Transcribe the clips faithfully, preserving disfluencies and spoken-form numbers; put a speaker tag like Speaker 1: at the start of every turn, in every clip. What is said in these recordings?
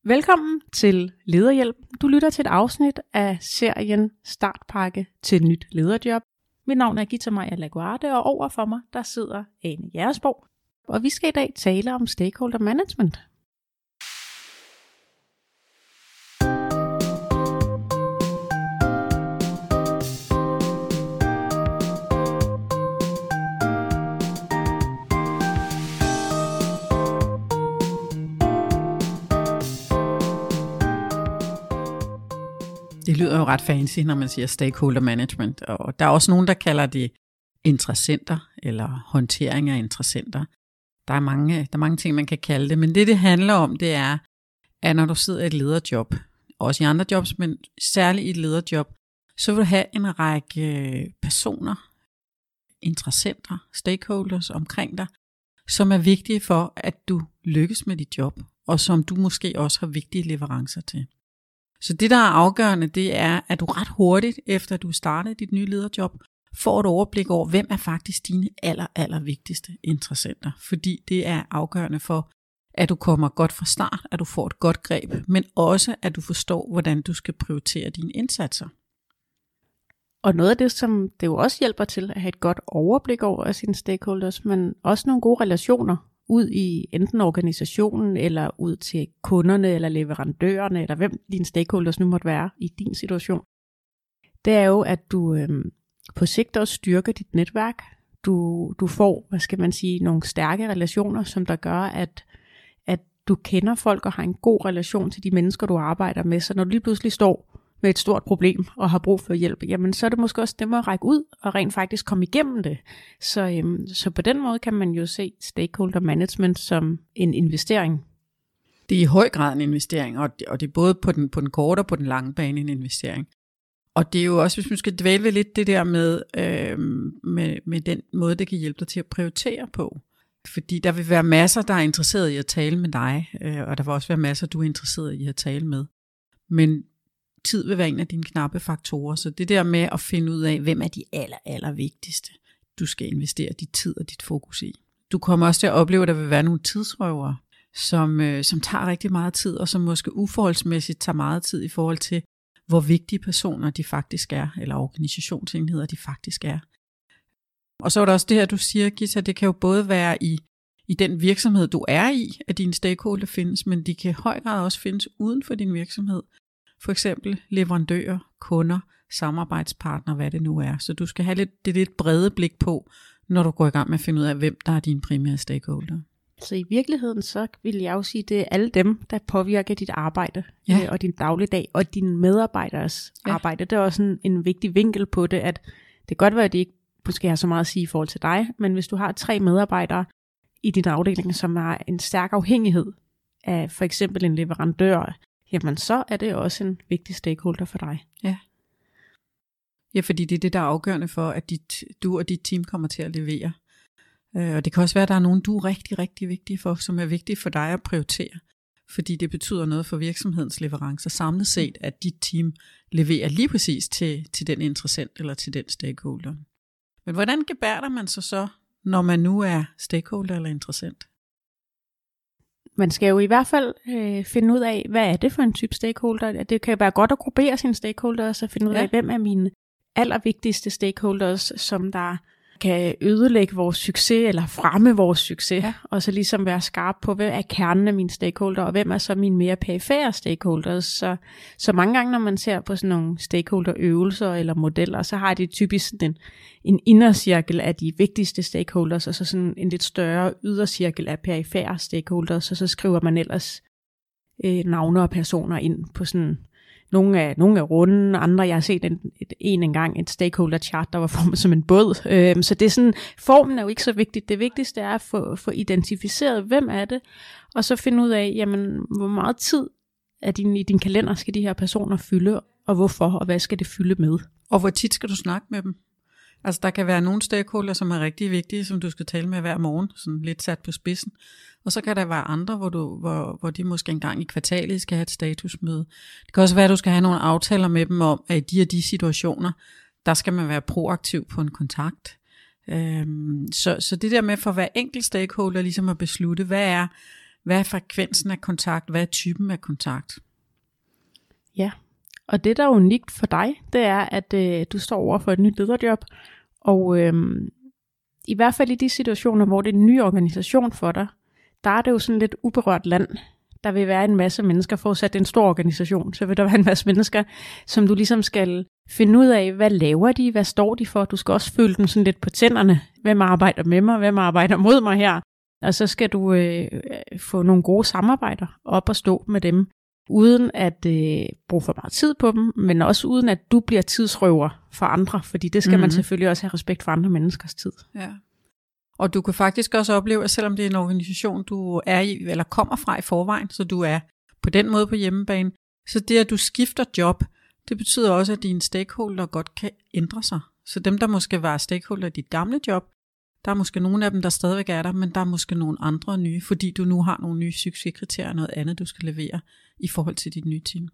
Speaker 1: Velkommen til Lederhjælp. Du lytter til et afsnit af serien Startpakke til et nyt lederjob. Mit navn er Gita Maja Laguarde, og over for mig der sidder Ane Jægersborg. Og vi skal i dag tale om stakeholder management.
Speaker 2: Det lyder jo ret fancy, når man siger stakeholder management, og der er også nogen, der kalder det interessenter, eller håndtering af interessenter. Der er mange, der er mange ting, man kan kalde det, men det, det handler om, det er, at når du sidder i et lederjob, også i andre jobs, men særligt i et lederjob, så vil du have en række personer, interessenter, stakeholders omkring dig, som er vigtige for, at du lykkes med dit job, og som du måske også har vigtige leverancer til. Så det, der er afgørende, det er, at du ret hurtigt, efter du startede dit nye lederjob, får et overblik over, hvem er faktisk dine aller, aller vigtigste interessenter. Fordi det er afgørende for, at du kommer godt fra start, at du får et godt greb, men også, at du forstår, hvordan du skal prioritere dine indsatser.
Speaker 1: Og noget af det, som det jo også hjælper til at have et godt overblik over sine stakeholders, men også nogle gode relationer ud i enten organisationen, eller ud til kunderne, eller leverandørerne, eller hvem dine stakeholders nu måtte være i din situation, det er jo, at du øhm, på sigt også styrker dit netværk. Du, du får, hvad skal man sige, nogle stærke relationer, som der gør, at, at du kender folk og har en god relation til de mennesker, du arbejder med. Så når du lige pludselig står med et stort problem og har brug for hjælp, jamen så er det måske også dem at række ud og rent faktisk komme igennem det. Så, øhm, så på den måde kan man jo se stakeholder management som en investering.
Speaker 2: Det er i høj grad en investering, og det, og det er både på den, på den korte og på den lange bane en investering. Og det er jo også, hvis man skal dvæle ved lidt det der med, øh, med, med den måde, det kan hjælpe dig til at prioritere på. Fordi der vil være masser, der er interesseret i at tale med dig, øh, og der vil også være masser, du er interesseret i at tale med. Men tid vil være en af dine knappe faktorer, så det der med at finde ud af, hvem er de aller, aller vigtigste, du skal investere dit tid og dit fokus i. Du kommer også til at opleve, at der vil være nogle tidsrøvere, som, øh, som tager rigtig meget tid, og som måske uforholdsmæssigt tager meget tid i forhold til, hvor vigtige personer de faktisk er, eller organisationsenheder de faktisk er. Og så er der også det her, du siger, Gita, det kan jo både være i, i den virksomhed, du er i, at dine stakeholder findes, men de kan i høj grad også findes uden for din virksomhed. For eksempel leverandører, kunder, samarbejdspartnere, hvad det nu er. Så du skal have lidt, det lidt brede blik på, når du går i gang med at finde ud af, hvem der er dine primære stakeholder.
Speaker 1: Så i virkeligheden, så vil jeg jo sige, det er alle dem, der påvirker dit arbejde,
Speaker 2: ja.
Speaker 1: øh, og din dagligdag, og dine medarbejderes ja. arbejde. Det er også en, en vigtig vinkel på det, at det kan godt være, at det ikke måske har så meget at sige i forhold til dig, men hvis du har tre medarbejdere i din afdeling, som har en stærk afhængighed af for eksempel en leverandør, jamen så er det også en vigtig stakeholder for dig.
Speaker 2: Ja. Ja, fordi det er det, der er afgørende for, at dit, du og dit team kommer til at levere. Øh, og det kan også være, at der er nogen, du er rigtig, rigtig vigtige for, som er vigtige for dig at prioritere. Fordi det betyder noget for virksomhedens leverancer samlet set, at dit team leverer lige præcis til, til den interessent eller til den stakeholder. Men hvordan gebærder man sig så, når man nu er stakeholder eller interessent?
Speaker 1: Man skal jo i hvert fald øh, finde ud af, hvad er det for en type stakeholder. Det kan være godt at gruppere sine stakeholders og finde ud ja. af, hvem er mine allervigtigste stakeholders, som der kan ødelægge vores succes eller fremme vores succes. Ja. Og så ligesom være skarp på, hvem er kernen af mine stakeholder, og hvem er så mine mere perifære stakeholders. Så, så mange gange, når man ser på sådan nogle stakeholderøvelser eller modeller, så har de typisk en, en indercirkel af de vigtigste stakeholders, og så sådan en lidt større ydercirkel af perifære stakeholders, og så skriver man ellers øh, navne og personer ind på sådan. Nogle er, nogle er runde, andre, jeg har set en, et, en engang et stakeholder chart, der var formet som en båd. Øhm, så det er sådan, formen er jo ikke så vigtigt. Det vigtigste er at få, få identificeret, hvem er det, og så finde ud af, jamen, hvor meget tid er din, i din kalender skal de her personer fylde, og hvorfor, og hvad skal det fylde med.
Speaker 2: Og hvor tit skal du snakke med dem? Altså der kan være nogle stakeholder, som er rigtig vigtige, som du skal tale med hver morgen, sådan lidt sat på spidsen. Og så kan der være andre, hvor, du, hvor, hvor de måske en gang i kvartalet skal have et statusmøde. Det kan også være, at du skal have nogle aftaler med dem om, at i de og de situationer, der skal man være proaktiv på en kontakt. Øhm, så, så det der med for hver enkelt stakeholder ligesom at beslutte, hvad er, hvad er frekvensen af kontakt, hvad er typen af kontakt.
Speaker 1: Ja, og det der er unikt for dig, det er, at øh, du står over for et nyt lederjob, og øh, i hvert fald i de situationer, hvor det er en ny organisation for dig, der er det jo sådan lidt uberørt land. Der vil være en masse mennesker, forudsat en stor organisation, så vil der være en masse mennesker, som du ligesom skal finde ud af, hvad laver de, hvad står de for. Du skal også føle dem sådan lidt på tænderne. Hvem arbejder med mig, hvem arbejder mod mig her. Og så skal du øh, få nogle gode samarbejder op og stå med dem, uden at øh, bruge for meget tid på dem, men også uden at du bliver tidsrøver for andre, fordi det skal mm-hmm. man selvfølgelig også have respekt for andre menneskers tid.
Speaker 2: Ja. Og du kan faktisk også opleve, at selvom det er en organisation, du er i, eller kommer fra i forvejen, så du er på den måde på hjemmebane, så det, at du skifter job, det betyder også, at dine stakeholder godt kan ændre sig. Så dem, der måske var stakeholder i dit gamle job, der er måske nogle af dem, der stadigvæk er der, men der er måske nogle andre nye, fordi du nu har nogle nye succeskriterier og noget andet, du skal levere i forhold til dit nye team.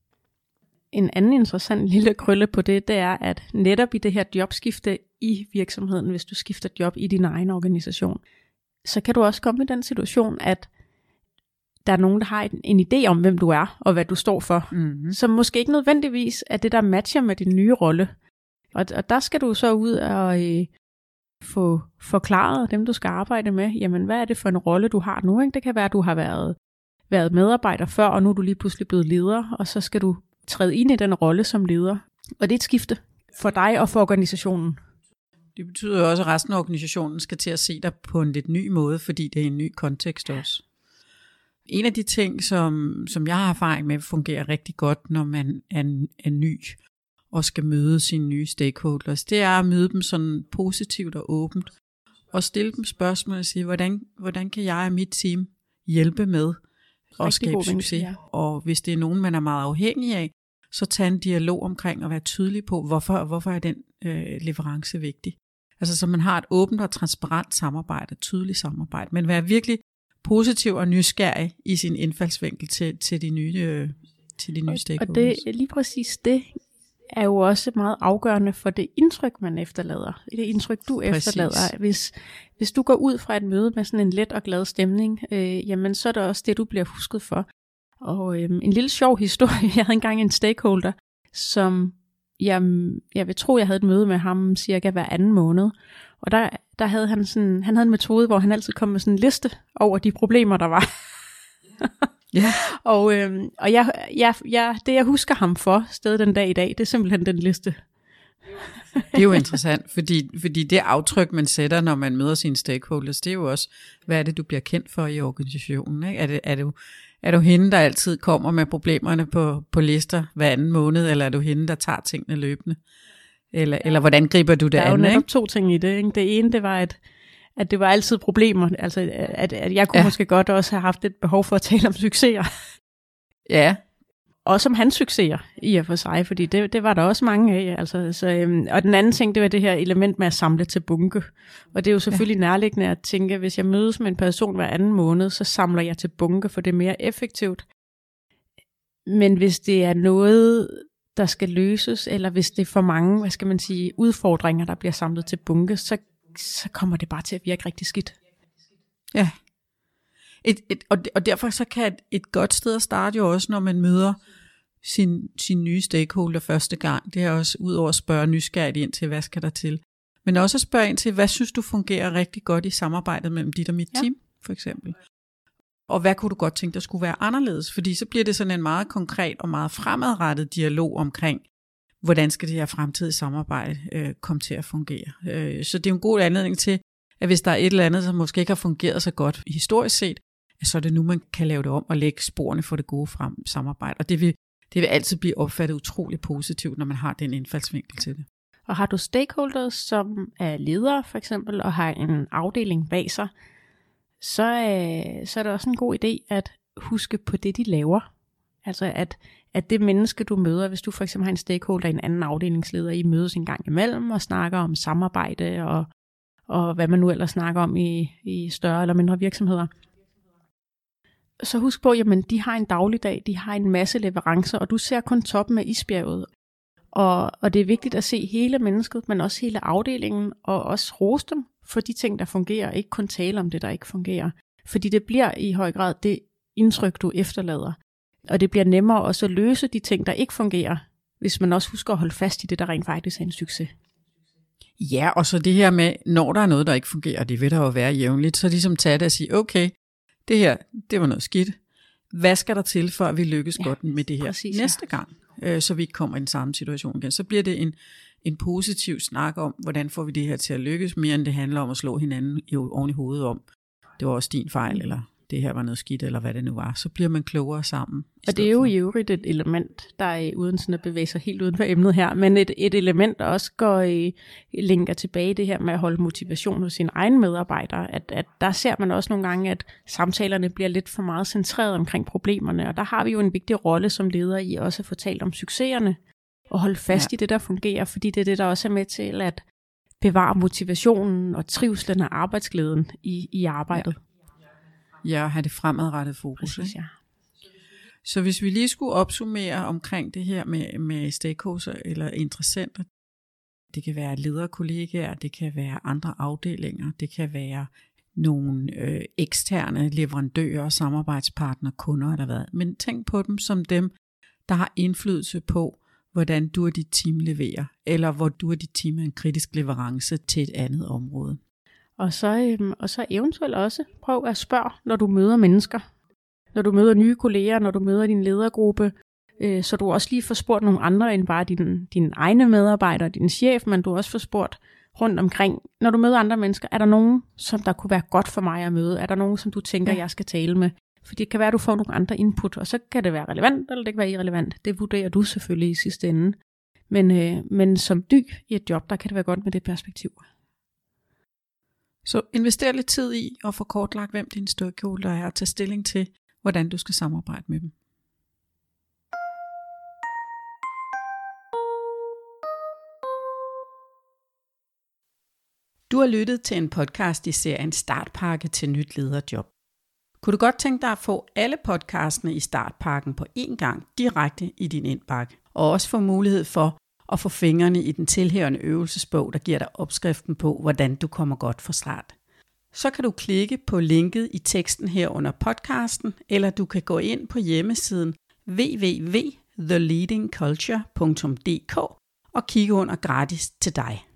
Speaker 1: En anden interessant lille krølle på det, det er, at netop i det her jobskifte i virksomheden, hvis du skifter job i din egen organisation, så kan du også komme i den situation, at der er nogen, der har en, en idé om, hvem du er, og hvad du står for, mm-hmm. som måske ikke nødvendigvis er det, der matcher med din nye rolle. Og, og der skal du så ud og øh, få forklaret dem, du skal arbejde med, jamen hvad er det for en rolle, du har nu? Ikke? Det kan være, at du har været, været medarbejder før, og nu er du lige pludselig blevet leder, og så skal du træde ind i den rolle som leder. Og det er et skifte for dig og for organisationen.
Speaker 2: Det betyder jo også, at resten af organisationen skal til at se dig på en lidt ny måde, fordi det er en ny kontekst også. En af de ting, som, som jeg har erfaring med, fungerer rigtig godt, når man er, er ny og skal møde sine nye stakeholders, det er at møde dem sådan positivt og åbent, og stille dem spørgsmål og sige, hvordan, hvordan kan jeg og mit team hjælpe med at skabe succes? Ja. Og hvis det er nogen, man er meget afhængig af, så tag en dialog omkring og være tydelig på, hvorfor, hvorfor er den øh, leverance vigtig. Altså så man har et åbent og transparent samarbejde, et tydeligt samarbejde, men være virkelig positiv og nysgerrig i sin indfaldsvinkel til, til de nye, øh, til de nye stakeholders.
Speaker 1: Og det, lige præcis det er jo også meget afgørende for det indtryk, man efterlader. Det indtryk, du præcis. efterlader. Hvis, hvis du går ud fra et møde med sådan en let og glad stemning, øh, jamen så er det også det, du bliver husket for. Og øh, en lille sjov historie. Jeg havde engang en stakeholder, som jeg, jeg vil tro, jeg havde et møde med ham cirka hver anden måned. Og der, der havde han sådan, han havde en metode, hvor han altid kom med sådan en liste over de problemer, der var.
Speaker 2: Ja.
Speaker 1: og øh, og jeg, jeg, jeg, det, jeg husker ham for, stadig den dag i dag, det er simpelthen den liste.
Speaker 2: Det er jo interessant, fordi, fordi det aftryk, man sætter, når man møder sine stakeholders, det er jo også, hvad er det, du bliver kendt for i organisationen? Ikke? Er, det, er, du, er du hende, der altid kommer med problemerne på, på lister hver anden måned, eller er du hende, der tager tingene løbende? Eller, eller hvordan griber du det an?
Speaker 1: Der er jo netop to ting i det. Ikke? Det ene, det var, at, at det var altid problemer. Altså, at, at jeg kunne ja. måske godt også have haft et behov for at tale om succeser.
Speaker 2: Ja.
Speaker 1: Også om hans succeser i og for sig, fordi det, det var der også mange af. Altså, så, øhm, og den anden ting, det var det her element med at samle til bunke. Og det er jo selvfølgelig ja. nærliggende at tænke, hvis jeg mødes med en person hver anden måned, så samler jeg til bunke, for det er mere effektivt. Men hvis det er noget, der skal løses, eller hvis det er for mange, hvad skal man sige, udfordringer, der bliver samlet til bunke, så, så kommer det bare til at virke rigtig skidt.
Speaker 2: Ja. Et, et, og, og derfor så kan et, et godt sted at starte jo også, når man møder sin, sin nye stakeholder første gang, det er også ud over at spørge nysgerrigt ind til, hvad skal der til, men også at spørge ind til, hvad synes du fungerer rigtig godt i samarbejdet mellem dit og mit ja. team, for eksempel. Og hvad kunne du godt tænke, der skulle være anderledes? Fordi så bliver det sådan en meget konkret og meget fremadrettet dialog omkring, hvordan skal det her fremtidige samarbejde øh, komme til at fungere. Øh, så det er en god anledning til, at hvis der er et eller andet, som måske ikke har fungeret så godt historisk set, så er det nu, man kan lave det om og lægge sporene for det gode frem, samarbejde. Og det vil, det vil altid blive opfattet utroligt positivt, når man har den indfaldsvinkel til det.
Speaker 1: Og har du stakeholders, som er ledere for eksempel, og har en afdeling bag sig, så, øh, så er det også en god idé at huske på det, de laver. Altså at, at det menneske, du møder, hvis du for eksempel har en stakeholder i en anden afdelingsleder, I mødes en gang imellem og snakker om samarbejde og, og hvad man nu ellers snakker om i, i større eller mindre virksomheder. Så husk på, jamen de har en dagligdag, de har en masse leverancer, og du ser kun toppen af isbjerget. Og, og det er vigtigt at se hele mennesket, men også hele afdelingen, og også rose dem for de ting, der fungerer, ikke kun tale om det, der ikke fungerer. Fordi det bliver i høj grad det indtryk, du efterlader. Og det bliver nemmere også at løse de ting, der ikke fungerer, hvis man også husker at holde fast i det, der rent faktisk er en succes.
Speaker 2: Ja, og så det her med, når der er noget, der ikke fungerer, det vil der jo være jævnligt, så ligesom tage det og sige, okay, det her, det var noget skidt. Hvad skal der til, for at vi lykkes ja, godt med det her præcis, næste ja. gang, øh, så vi ikke kommer i den samme situation igen? Så bliver det en, en positiv snak om, hvordan får vi det her til at lykkes, mere end det handler om at slå hinanden i, oven i hovedet om, det var også din fejl, eller det her var noget skidt, eller hvad det nu var. Så bliver man klogere sammen.
Speaker 1: Og det er jo i øvrigt et element, der er uden sådan at bevæge sig helt uden for emnet her, men et, et element, der også går i, linker tilbage i det her med at holde motivation hos sine egne medarbejdere. At, at der ser man også nogle gange, at samtalerne bliver lidt for meget centreret omkring problemerne, og der har vi jo en vigtig rolle som leder i også at få talt om succeserne, og holde fast ja. i det, der fungerer, fordi det er det, der også er med til at bevare motivationen og trivslen og arbejdsglæden i, i arbejdet. Ja.
Speaker 2: Ja, og have det fremadrettet fokus.
Speaker 1: Præcis, ja.
Speaker 2: Så hvis vi lige skulle opsummere omkring det her med, med stakeholders eller interessenter, det kan være ledere, kollegaer, det kan være andre afdelinger, det kan være nogle øh, eksterne leverandører, samarbejdspartnere, kunder eller hvad. Men tænk på dem som dem, der har indflydelse på, hvordan du og dit team leverer, eller hvor du og dit team er en kritisk leverance til et andet område.
Speaker 1: Og så, øhm, og så eventuelt også prøv at spørge, når du møder mennesker. Når du møder nye kolleger, når du møder din ledergruppe, øh, så du også lige får spurgt nogle andre end bare dine din egne medarbejdere, din chef, men du også får spurgt rundt omkring. Når du møder andre mennesker, er der nogen, som der kunne være godt for mig at møde? Er der nogen, som du tænker, ja. jeg skal tale med? For det kan være, at du får nogle andre input, og så kan det være relevant, eller det kan være irrelevant. Det vurderer du selvfølgelig i sidste ende. Men, øh, men som dy i et job, der kan det være godt med det perspektiv.
Speaker 2: Så invester lidt tid i at få kortlagt, hvem din stakeholder er, og tage stilling til, hvordan du skal samarbejde med dem. Du har lyttet til en podcast i serien Startpakke til nyt lederjob. Kunne du godt tænke dig at få alle podcastene i Startpakken på én gang direkte i din indbakke, og også få mulighed for at få fingrene i den tilhørende øvelsesbog, der giver dig opskriften på, hvordan du kommer godt fra start. Så kan du klikke på linket i teksten her under podcasten, eller du kan gå ind på hjemmesiden w w w punktum the leading culture punktum d k og kigge under gratis til dig.